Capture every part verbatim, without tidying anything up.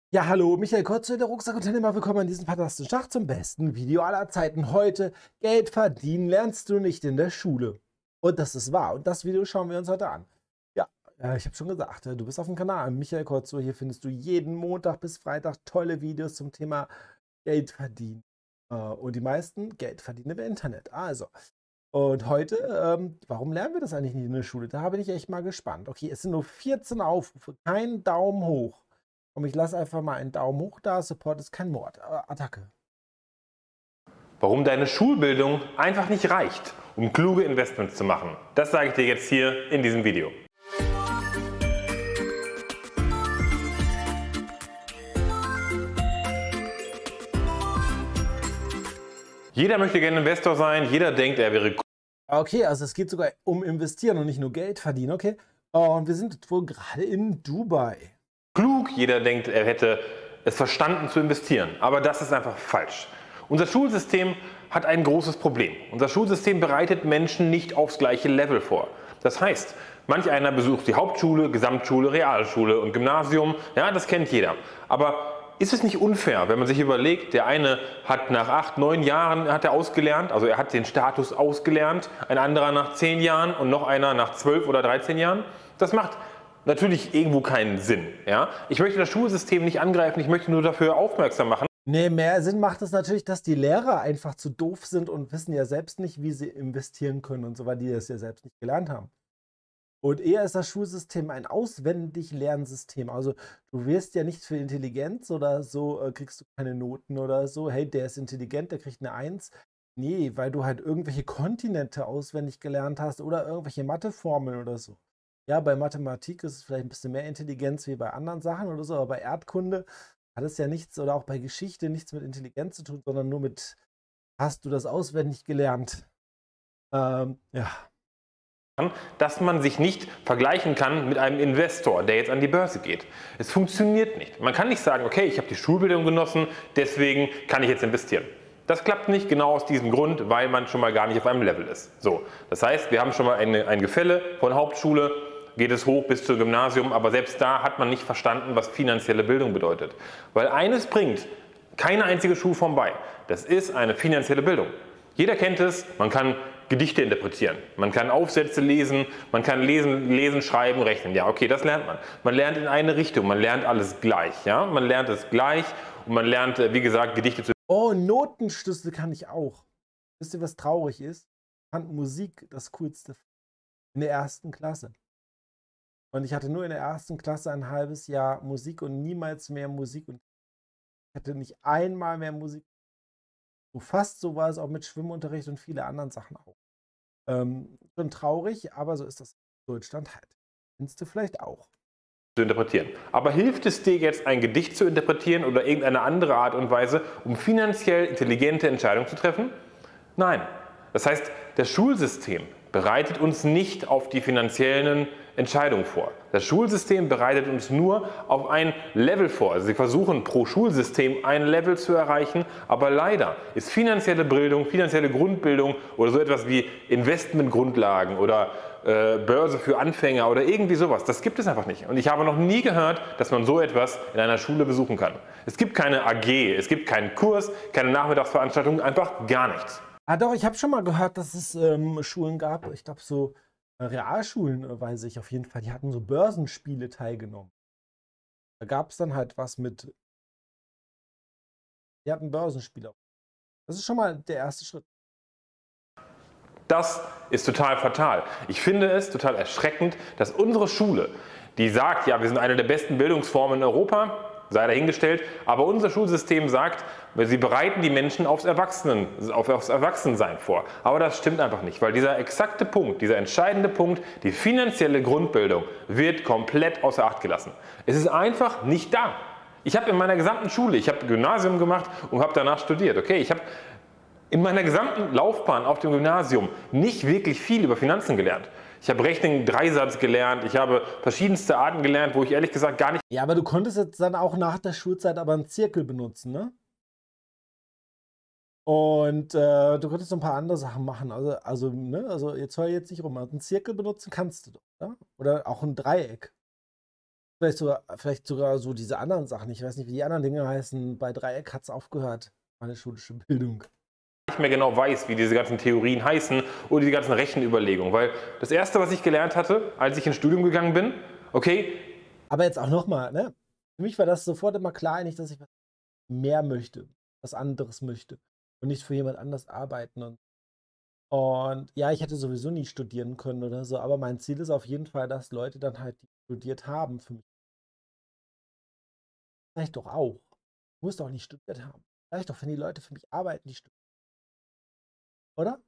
Ja, hallo, Michael Kotze, der Rucksackunternehmer. Willkommen an diesem fantastischen Tag zum besten Video aller Zeiten. Heute, Geld verdienen lernst du nicht in der Schule. Und das ist wahr. Und das Video schauen wir uns heute an. Ja, äh, ich habe schon gesagt, äh, du bist auf dem Kanal Michael Kotze. Hier findest du jeden Montag bis Freitag tolle Videos zum Thema Geld verdienen. Äh, Und die meisten Geld verdienen im Internet. Also, und heute, ähm, warum lernen wir das eigentlich nicht in der Schule? Da bin ich echt mal gespannt. Okay, es sind nur vierzehn Aufrufe, kein Daumen hoch. Und ich lasse einfach mal einen Daumen hoch da. Support ist kein Mord. Äh, Attacke. Warum deine Schulbildung einfach nicht reicht, um kluge Investments zu machen. Das sage ich dir jetzt hier in diesem Video. Jeder möchte gerne Investor sein, jeder denkt, er wäre Okay, also es geht sogar um investieren und nicht nur Geld verdienen. Okay. Und wir sind jetzt wohl gerade in Dubai. klug, jeder denkt, er hätte es verstanden zu investieren. Aber das ist einfach falsch. Unser Schulsystem hat ein großes Problem. Unser Schulsystem bereitet Menschen nicht aufs gleiche Level vor. Das heißt, manch einer besucht die Hauptschule, Gesamtschule, Realschule und Gymnasium. Ja, das kennt jeder. Aber ist es nicht unfair, wenn man sich überlegt, der eine hat nach acht, neun Jahren hat er ausgelernt, also er hat den Status ausgelernt, ein anderer nach zehn Jahren und noch einer nach zwölf oder dreizehn Jahren? Das macht natürlich irgendwo keinen Sinn. Ja? Ich möchte das Schulsystem nicht angreifen, ich möchte nur dafür aufmerksam machen. Nee, mehr Sinn macht es natürlich, dass die Lehrer einfach zu doof sind und wissen ja selbst nicht, wie sie investieren können und so, weil die das ja selbst nicht gelernt haben. Und eher ist das Schulsystem ein Auswendig-Lernsystem. Also du wirst ja nicht für Intelligenz oder so, äh, kriegst du keine Noten oder so. Hey, der ist intelligent, der kriegt eine Eins. Nee, weil du halt irgendwelche Kontinente auswendig gelernt hast oder irgendwelche Matheformeln oder so. Ja, bei Mathematik ist es vielleicht ein bisschen mehr Intelligenz wie bei anderen Sachen oder so, aber bei Erdkunde hat es ja nichts oder auch bei Geschichte nichts mit Intelligenz zu tun, sondern nur mit, hast du das auswendig gelernt? Ähm, ja. Dass man sich nicht vergleichen kann mit einem Investor, der jetzt an die Börse geht. Es funktioniert nicht. Man kann nicht sagen, okay, ich habe die Schulbildung genossen, deswegen kann ich jetzt investieren. Das klappt nicht genau aus diesem Grund, weil man schon mal gar nicht auf einem Level ist. So, das heißt, wir haben schon mal eine, ein Gefälle von Hauptschule, geht es hoch bis zum Gymnasium, aber selbst da hat man nicht verstanden, was finanzielle Bildung bedeutet. Weil eines bringt keine einzige Schulform bei, das ist eine finanzielle Bildung. Jeder kennt es, man kann Gedichte interpretieren, man kann Aufsätze lesen, man kann lesen, lesen, schreiben, rechnen. Ja, okay, das lernt man. Man lernt in eine Richtung, man lernt alles gleich. Ja? Man lernt es gleich und man lernt, wie gesagt, Gedichte zu. Oh, Notenschlüssel kann ich auch. Wisst ihr, was traurig ist? Ich fand Musik das Coolste in der ersten Klasse. Und ich hatte nur in der ersten Klasse ein halbes Jahr Musik und niemals mehr Musik. Und ich hatte nicht einmal mehr Musik. So fast so war es auch mit Schwimmunterricht und viele anderen Sachen auch. Ähm, schon traurig, aber so ist das in Deutschland halt. Findest du vielleicht auch. zu interpretieren. Aber hilft es dir jetzt, ein Gedicht zu interpretieren oder irgendeine andere Art und Weise, um finanziell intelligente Entscheidungen zu treffen? Nein. Das heißt, das Schulsystem bereitet uns nicht auf die finanziellen Entscheidungen vor. Das Schulsystem bereitet uns nur auf ein Level vor. Also sie versuchen pro Schulsystem ein Level zu erreichen, aber leider ist finanzielle Bildung, finanzielle Grundbildung oder so etwas wie Investmentgrundlagen oder äh, Börse für Anfänger oder irgendwie sowas, das gibt es einfach nicht. Und ich habe noch nie gehört, dass man so etwas in einer Schule besuchen kann. Es gibt keine A G, es gibt keinen Kurs, keine Nachmittagsveranstaltung, einfach gar nichts. Ah, doch, ich habe schon mal gehört, dass es ähm, Schulen gab. Ich glaube, so äh, Realschulen, äh, weiß ich auf jeden Fall, die hatten so Börsenspiele teilgenommen. Da gab es dann halt was mit, die hatten Börsenspiele. Das ist schon mal der erste Schritt. Das ist total fatal. Ich finde es total erschreckend, dass unsere Schule, die sagt, ja, wir sind eine der besten Bildungsformen in Europa, sei dahingestellt, aber unser Schulsystem sagt, sie bereiten die Menschen aufs, Erwachsenen, aufs Erwachsensein vor. Aber das stimmt einfach nicht, weil dieser exakte Punkt, dieser entscheidende Punkt, die finanzielle Grundbildung, wird komplett außer Acht gelassen. Es ist einfach nicht da. Ich habe in meiner gesamten Schule, ich habe Gymnasium gemacht und habe danach studiert. Okay, ich habe in meiner gesamten Laufbahn auf dem Gymnasium nicht wirklich viel über Finanzen gelernt. Ich habe Rechnen, Dreisatz gelernt, ich habe verschiedenste Arten gelernt, wo ich ehrlich gesagt gar nicht. Ja, aber du konntest jetzt dann auch nach der Schulzeit aber einen Zirkel benutzen, ne? Und äh, du könntest so ein paar andere Sachen machen. Also, also, ne? Also jetzt hör jetzt nicht rum. Also einen Zirkel benutzen kannst du doch, oder? Oder auch ein Dreieck. Vielleicht sogar, vielleicht sogar so diese anderen Sachen. Ich weiß nicht, wie die anderen Dinge heißen. Bei Dreieck hat es aufgehört, meine schulische Bildung. Nicht mehr genau weiß, wie diese ganzen Theorien heißen oder die ganzen Rechenüberlegungen. Weil das Erste, was ich gelernt hatte, als ich ins Studium gegangen bin, okay. Aber jetzt auch nochmal, ne? Für mich war das sofort immer klar, eigentlich, dass ich was mehr möchte, was anderes möchte und nicht für jemand anders arbeiten. Und, und ja, ich hätte sowieso nie studieren können oder so, aber mein Ziel ist auf jeden Fall, dass Leute dann halt, die studiert haben, für mich. Vielleicht doch auch. Ich muss doch nicht studiert haben. Vielleicht doch, wenn die Leute für mich arbeiten, die studieren. Oder?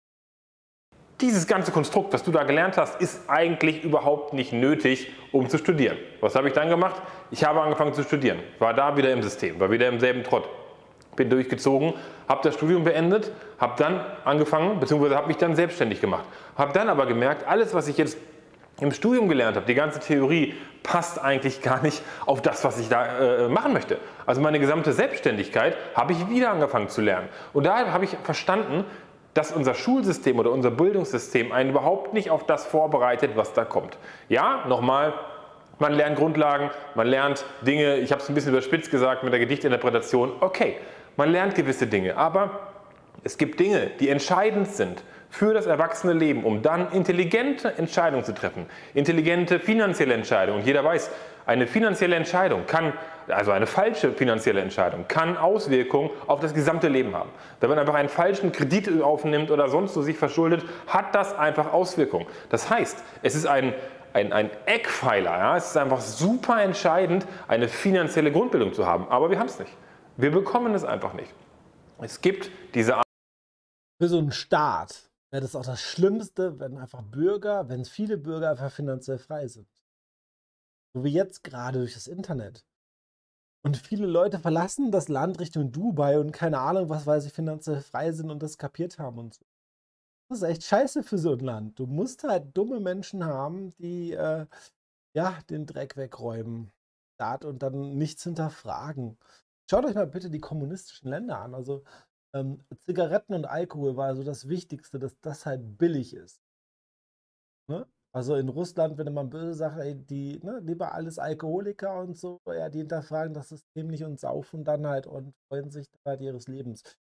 Dieses ganze Konstrukt, was du da gelernt hast, ist eigentlich überhaupt nicht nötig, um zu studieren. Was habe ich dann gemacht? Ich habe angefangen zu studieren, war da wieder im System, war wieder im selben Trott. Bin durchgezogen, habe das Studium beendet, habe dann angefangen, beziehungsweise habe mich dann selbstständig gemacht. Habe dann aber gemerkt, alles, was ich jetzt im Studium gelernt habe, die ganze Theorie, passt eigentlich gar nicht auf das, was ich da äh, machen möchte. Also meine gesamte Selbstständigkeit habe ich wieder angefangen zu lernen. Und da habe ich verstanden, dass unser Schulsystem oder unser Bildungssystem einen überhaupt nicht auf das vorbereitet, was da kommt. Ja, nochmal, man lernt Grundlagen, man lernt Dinge, ich habe es ein bisschen überspitzt gesagt mit der Gedichtinterpretation, okay, man lernt gewisse Dinge, aber es gibt Dinge, die entscheidend sind für das erwachsene Leben, um dann intelligente Entscheidungen zu treffen, intelligente finanzielle Entscheidungen. Und jeder weiß, eine finanzielle Entscheidung kann, also eine falsche finanzielle Entscheidung, kann Auswirkungen auf das gesamte Leben haben. Wenn man einfach einen falschen Kredit aufnimmt oder sonst so sich verschuldet, hat das einfach Auswirkungen. Das heißt, es ist ein, ein, ein Eckpfeiler, ja? Es ist einfach super entscheidend, eine finanzielle Grundbildung zu haben. Aber wir haben es nicht. Wir bekommen es einfach nicht. Es gibt diese Art. Für so einen Staat wäre das auch das Schlimmste, wenn einfach Bürger, wenn viele Bürger einfach finanziell frei sind. So wie jetzt gerade durch das Internet. Und viele Leute verlassen das Land Richtung Dubai und keine Ahnung was, weil sie finanziell frei sind und das kapiert haben und so. Das ist echt scheiße für so ein Land. Du musst halt dumme Menschen haben, die äh, ja, den Dreck wegräumen. Staat und dann nichts hinterfragen. Schaut euch mal bitte die kommunistischen Länder an. Also ähm, Zigaretten und Alkohol war so das Wichtigste, dass das halt billig ist. Ne? Also in Russland, wenn man böse sagt, ey, die, ne, lieber alles Alkoholiker und so, ja, die hinterfragen das System nicht und saufen dann halt und freuen sich halt ihres Lebens. Das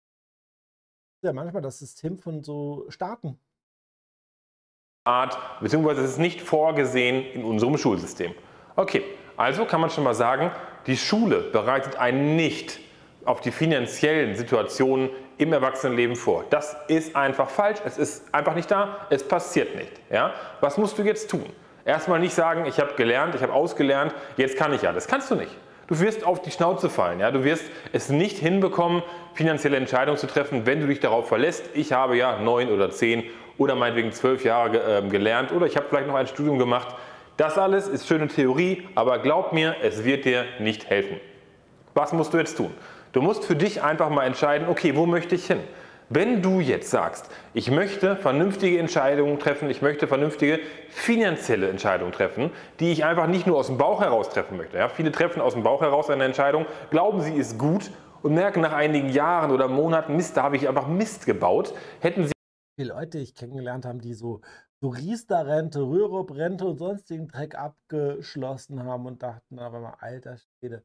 ist ja manchmal das System von so Staaten. Art, beziehungsweise es ist nicht vorgesehen in unserem Schulsystem. Okay, also kann man schon mal sagen, die Schule bereitet einen nicht auf die finanziellen Situationen im Erwachsenenleben vor. Das ist einfach falsch, es ist einfach nicht da, es passiert nicht. Ja? Was musst du jetzt tun? Erstmal nicht sagen, ich habe gelernt, ich habe ausgelernt, jetzt kann ich ja. Das kannst du nicht. Du wirst auf die Schnauze fallen. Ja? Du wirst es nicht hinbekommen, finanzielle Entscheidungen zu treffen, wenn du dich darauf verlässt. Ich habe ja neun oder zehn oder meinetwegen zwölf Jahre äh, gelernt oder ich habe vielleicht noch ein Studium gemacht. Das alles ist schöne Theorie, aber glaub mir, es wird dir nicht helfen. Was musst du jetzt tun? Du musst für dich einfach mal entscheiden, okay, wo möchte ich hin? Wenn du jetzt sagst, ich möchte vernünftige Entscheidungen treffen, ich möchte vernünftige finanzielle Entscheidungen treffen, die ich einfach nicht nur aus dem Bauch heraus treffen möchte. Ja, viele treffen aus dem Bauch heraus eine Entscheidung, glauben, sie ist gut und merken nach einigen Jahren oder Monaten, Mist, da habe ich einfach Mist gebaut. Hätten sie Viele Leute, die ich kennengelernt habe, die so, so Riester-Rente, Rürup-Rente und sonstigen Dreck abgeschlossen haben und dachten aber mal, alter Schwede,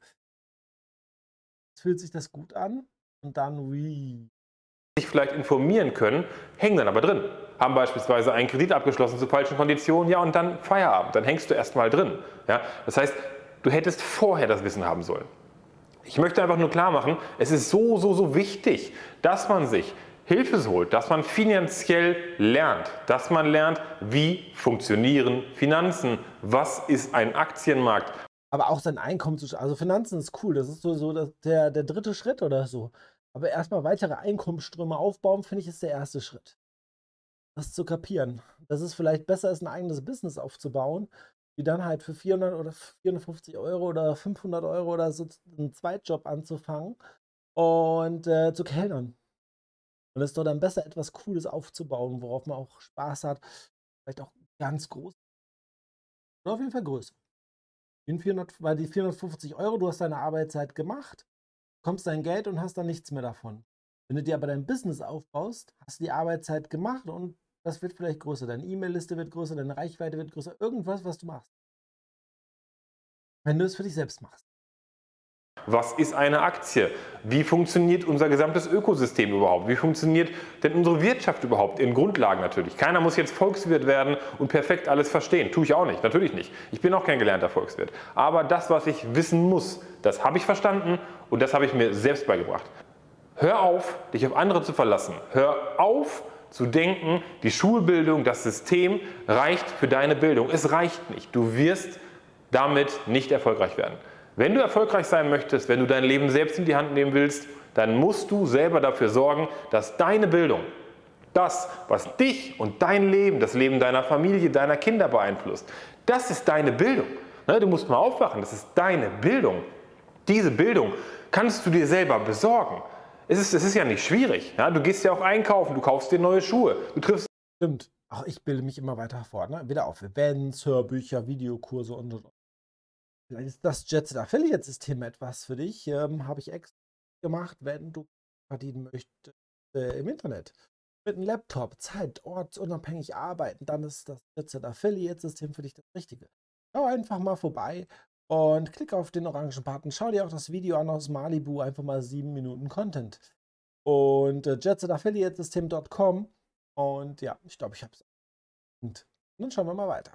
fühlt sich das gut an? Und dann, wie? sich vielleicht informieren können, hängen dann aber drin. Haben beispielsweise einen Kredit abgeschlossen zu falschen Konditionen, ja, und dann Feierabend, dann hängst du erstmal drin. Ja? Das heißt, du hättest vorher das Wissen haben sollen. Ich möchte einfach nur klar machen, es ist so, so, so wichtig, dass man sich Hilfe holt, dass man finanziell lernt, dass man lernt, wie funktionieren Finanzen, was ist ein Aktienmarkt. Aber auch sein Einkommen zu, also Finanzen ist cool, das ist so, so das, der, der dritte Schritt oder so. Aber erstmal weitere Einkommensströme aufbauen, finde ich, ist der erste Schritt. Das zu kapieren. Dass es vielleicht besser ist, ein eigenes Business aufzubauen, wie dann halt für vierhundert oder vierhundertfünfzig Euro oder fünfhundert Euro oder so einen Zweitjob anzufangen und äh, zu kellnern. Und es ist doch dann besser, etwas Cooles aufzubauen, worauf man auch Spaß hat. Vielleicht auch ganz groß. Oder auf jeden Fall größer. In vierhundert, weil die vierhundertfünfzig Euro, du hast deine Arbeitszeit gemacht, bekommst dein Geld und hast dann nichts mehr davon. Wenn du dir aber dein Business aufbaust, hast du die Arbeitszeit gemacht und das wird vielleicht größer. Deine E-Mail-Liste wird größer, deine Reichweite wird größer. Irgendwas, was du machst. wenn du es für dich selbst machst. Was ist eine Aktie? Wie funktioniert unser gesamtes Ökosystem überhaupt? Wie funktioniert denn unsere Wirtschaft überhaupt? In Grundlagen natürlich. Keiner muss jetzt Volkswirt werden und perfekt alles verstehen. Tue ich auch nicht, natürlich nicht. Ich bin auch kein gelernter Volkswirt. Aber das, was ich wissen muss, das habe ich verstanden und das habe ich mir selbst beigebracht. Hör auf, dich auf andere zu verlassen. Hör auf zu denken, die Schulbildung, das System reicht für deine Bildung. Es reicht nicht. Du wirst damit nicht erfolgreich werden. Wenn du erfolgreich sein möchtest, wenn du dein Leben selbst in die Hand nehmen willst, dann musst du selber dafür sorgen, dass deine Bildung, das, was dich und dein Leben, das Leben deiner Familie, deiner Kinder beeinflusst, das ist deine Bildung. Du musst mal aufwachen, das ist deine Bildung. Diese Bildung kannst du dir selber besorgen. Es ist, es ist ja nicht schwierig. Ja? Du gehst ja auch einkaufen, du kaufst dir neue Schuhe, du triffst. Stimmt. Auch ich bilde mich immer weiter fort. Ne? Wieder auf Events, Hörbücher, Videokurse und so. Vielleicht ist das Jetset Affiliate System etwas für dich. Ähm, Habe ich extra gemacht, wenn du verdienen möchtest äh, im Internet. Mit einem Laptop, Zeit, ortsunabhängig arbeiten, dann ist das Jetset Affiliate System für dich das Richtige. Schau einfach mal vorbei und klick auf den orangen Button. Schau dir auch das Video an aus Malibu, einfach mal sieben Minuten Content. Und äh, jetset affiliate system punkt com. Und ja, ich glaube, ich habe es. Und dann schauen wir mal weiter.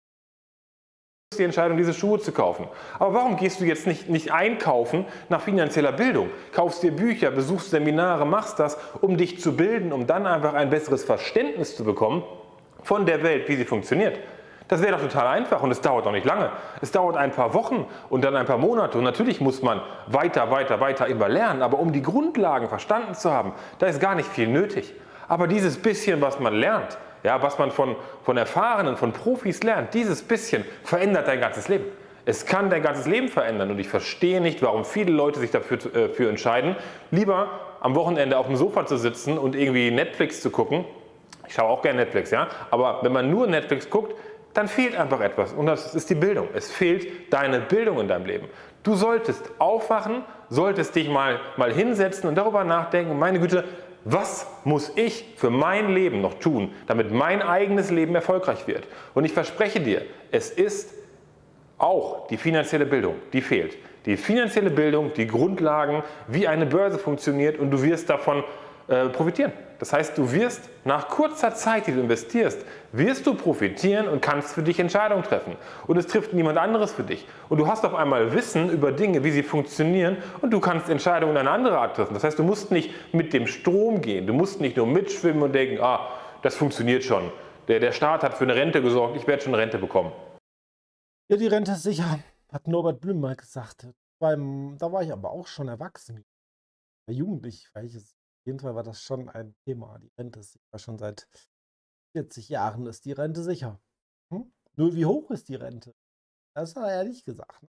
Die Entscheidung, diese Schuhe zu kaufen. Aber warum gehst du jetzt nicht, nicht einkaufen nach finanzieller Bildung? Kaufst dir Bücher, besuchst Seminare, machst das, um dich zu bilden, um dann einfach ein besseres Verständnis zu bekommen von der Welt, wie sie funktioniert. Das wäre doch total einfach und es dauert auch nicht lange. Es dauert ein paar Wochen und dann ein paar Monate und natürlich muss man weiter, weiter, weiter immer lernen, aber um die Grundlagen verstanden zu haben, da ist gar nicht viel nötig. Aber dieses bisschen, was man lernt, ja, was man von, von Erfahrenen, von Profis lernt, dieses bisschen verändert dein ganzes Leben. Es kann dein ganzes Leben verändern und ich verstehe nicht, warum viele Leute sich dafür äh, für entscheiden, lieber am Wochenende auf dem Sofa zu sitzen und irgendwie Netflix zu gucken. Ich schaue auch gerne Netflix, ja, aber wenn man nur Netflix guckt, dann fehlt einfach etwas und das ist die Bildung. Es fehlt deine Bildung in deinem Leben. Du solltest aufwachen, solltest dich mal, mal hinsetzen und darüber nachdenken, meine Güte, was muss ich für mein Leben noch tun, damit mein eigenes Leben erfolgreich wird? Und ich verspreche dir, es ist auch die finanzielle Bildung, die fehlt. Die finanzielle Bildung, die Grundlagen, wie eine Börse funktioniert und du wirst davon äh, profitieren. Das heißt, du wirst nach kurzer Zeit, die du investierst, wirst du profitieren und kannst für dich Entscheidungen treffen. Und es trifft niemand anderes für dich. Und du hast auf einmal Wissen über Dinge, wie sie funktionieren und du kannst Entscheidungen in einer anderen Art treffen. Das heißt, du musst nicht mit dem Strom gehen. Du musst nicht nur mitschwimmen und denken, ah, das funktioniert schon. Der, der Staat hat für eine Rente gesorgt, ich werde schon eine Rente bekommen. Ja, die Rente ist sicher, hat Norbert Blüm mal gesagt. Beim, da war ich aber auch schon erwachsen. Jugendlich, welches. Auf jeden Fall war das schon ein Thema. Die Rente ist sicher. Schon seit vierzig Jahren ist die Rente sicher. Hm? Nur wie hoch ist die Rente? Das hat er ja nicht gesagt.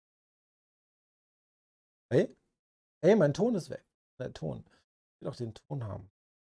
Hey? Hey, mein Ton ist weg. Der Ton. Ich will auch den Ton haben.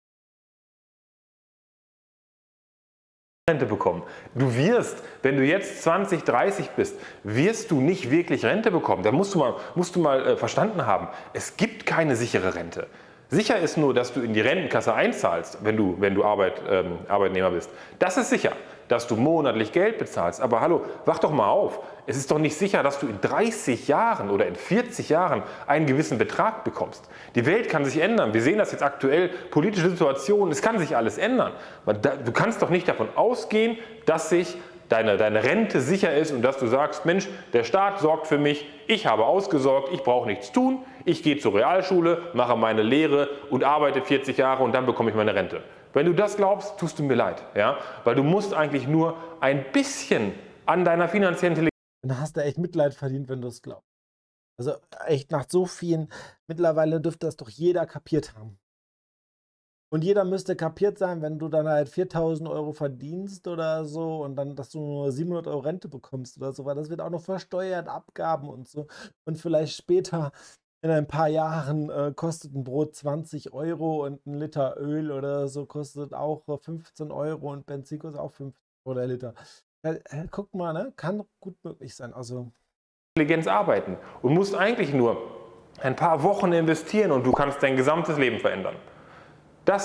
Rente bekommen. Du wirst, wenn du jetzt zwanzig, dreißig bist, wirst du nicht wirklich Rente bekommen. Da musst du mal, musst du mal äh, verstanden haben, es gibt keine sichere Rente. Sicher ist nur, dass du in die Rentenkasse einzahlst, wenn du, wenn du Arbeit, ähm, Arbeitnehmer bist. Das ist sicher, dass du monatlich Geld bezahlst. Aber hallo, wach doch mal auf. Es ist doch nicht sicher, dass du in dreißig Jahren oder in vierzig Jahren einen gewissen Betrag bekommst. Die Welt kann sich ändern. Wir sehen das jetzt aktuell, politische Situationen, es kann sich alles ändern. Du kannst doch nicht davon ausgehen, dass sich Deine, deine Rente sicher ist und dass du sagst, Mensch, der Staat sorgt für mich, ich habe ausgesorgt, ich brauche nichts tun, ich gehe zur Realschule, mache meine Lehre und arbeite vierzig Jahre und dann bekomme ich meine Rente. Wenn du das glaubst, tust du mir leid, ja? Weil du musst eigentlich nur ein bisschen an deiner finanziellen Intelligenz. Dann hast du echt Mitleid verdient, wenn du es glaubst. Also echt nach so vielen, mittlerweile dürfte das doch jeder kapiert haben. Und jeder müsste kapiert sein, wenn du dann halt viertausend Euro verdienst oder so und dann, dass du nur siebenhundert Euro Rente bekommst oder so, weil das wird auch noch versteuert, Abgaben und so. Und vielleicht später in ein paar Jahren äh, kostet ein Brot zwanzig Euro und ein Liter Öl oder so kostet auch fünfzehn Euro und Benzin kostet auch fünfzehn Euro der Liter. Äh, äh, guck mal, ne? Kann gut möglich sein. Also Intelligenz arbeiten und musst eigentlich nur ein paar Wochen investieren und du kannst dein gesamtes Leben verändern. Das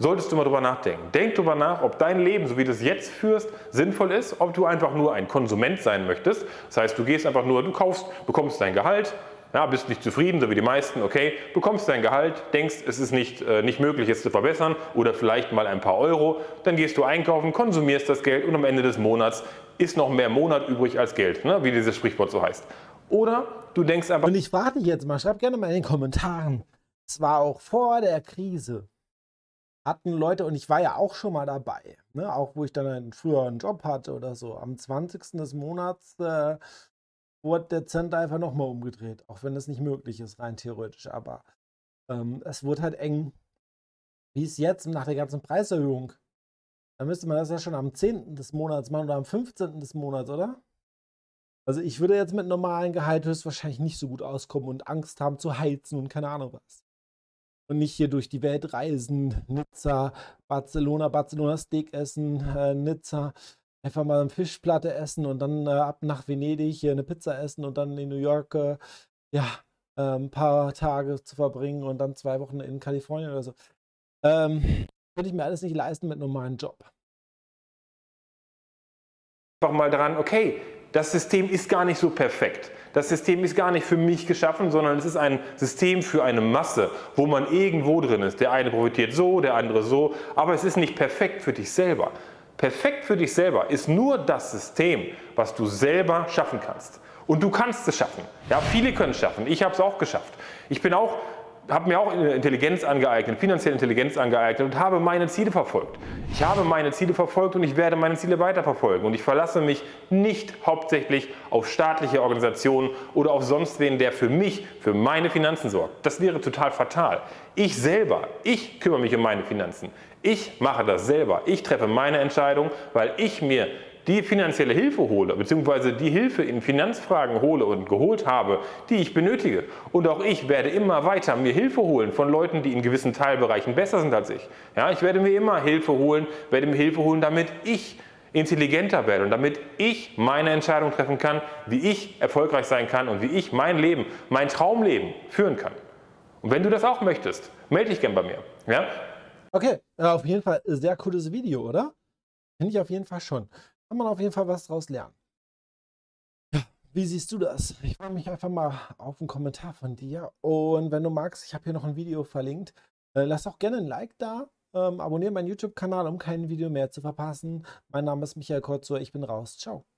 solltest du mal drüber nachdenken. Denk drüber nach, ob dein Leben, so wie du es jetzt führst, sinnvoll ist, ob du einfach nur ein Konsument sein möchtest. Das heißt, du gehst einfach nur, du kaufst, bekommst dein Gehalt, ja, bist nicht zufrieden, so wie die meisten, okay, bekommst dein Gehalt, denkst, es ist nicht, äh, nicht möglich, es zu verbessern oder vielleicht mal ein paar Euro, dann gehst du einkaufen, konsumierst das Geld und am Ende des Monats ist noch mehr Monat übrig als Geld, ne, wie dieses Sprichwort so heißt. Oder du denkst einfach... Und ich frage dich jetzt mal, schreib gerne mal in den Kommentaren, es war auch vor der Krise, hatten Leute, und ich war ja auch schon mal dabei, ne, auch wo ich dann einen früheren Job hatte oder so, am zwanzigsten des Monats äh, wurde der Cent einfach nochmal umgedreht, auch wenn das nicht möglich ist, rein theoretisch, aber ähm, es wurde halt eng, wie es jetzt nach der ganzen Preiserhöhung, da müsste man das ja schon am zehnten des Monats machen oder am fünfzehnten des Monats, oder? Also ich würde jetzt mit normalem Gehalt höchstwahrscheinlich nicht so gut auskommen und Angst haben zu heizen und keine Ahnung was. Und nicht hier durch die Welt reisen, Nizza, Barcelona, Barcelona Steak essen, äh, Nizza, einfach mal eine Fischplatte essen und dann äh, ab nach Venedig hier eine Pizza essen und dann in New York äh, ja, äh, ein paar Tage zu verbringen und dann zwei Wochen in Kalifornien oder so. Ähm, könnte ich mir alles nicht leisten mit einem normalen Job. Einfach mal dran, okay, das System ist gar nicht so perfekt. Das System ist gar nicht für mich geschaffen, sondern es ist ein System für eine Masse, wo man irgendwo drin ist. Der eine profitiert so, der andere so, aber es ist nicht perfekt für dich selber. Perfekt für dich selber ist nur das System, was du selber schaffen kannst. Und du kannst es schaffen. Ja, viele können es schaffen. Ich habe es auch geschafft. Ich bin auch, habe mir auch Intelligenz angeeignet, finanzielle Intelligenz angeeignet und habe meine Ziele verfolgt. Ich habe meine Ziele verfolgt und ich werde meine Ziele weiterverfolgen. Und ich verlasse mich nicht hauptsächlich auf staatliche Organisationen oder auf sonst wen, der für mich, für meine Finanzen sorgt. Das wäre total fatal. Ich selber, ich kümmere mich um meine Finanzen. Ich mache das selber. Ich treffe meine Entscheidung, weil ich mir die finanzielle Hilfe hole, beziehungsweise die Hilfe in Finanzfragen hole und geholt habe, die ich benötige. Und auch ich werde immer weiter mir Hilfe holen von Leuten, die in gewissen Teilbereichen besser sind als ich. Ja, ich werde mir immer Hilfe holen, werde mir Hilfe holen, damit ich intelligenter werde und damit ich meine Entscheidung treffen kann, wie ich erfolgreich sein kann und wie ich mein Leben, mein Traumleben führen kann. Und wenn du das auch möchtest, melde dich gern bei mir. Ja? Okay, ja, auf jeden Fall sehr cooles Video, oder? Finde ich auf jeden Fall schon. Kann man auf jeden Fall was draus lernen. Ja, wie siehst du das? Ich freue mich einfach mal auf einen Kommentar von dir. Und wenn du magst, ich habe hier noch ein Video verlinkt. Äh, lass auch gerne ein Like da. Ähm, abonniere meinen YouTube-Kanal, um kein Video mehr zu verpassen. Mein Name ist Michael Kotzur. Ich bin raus. Ciao.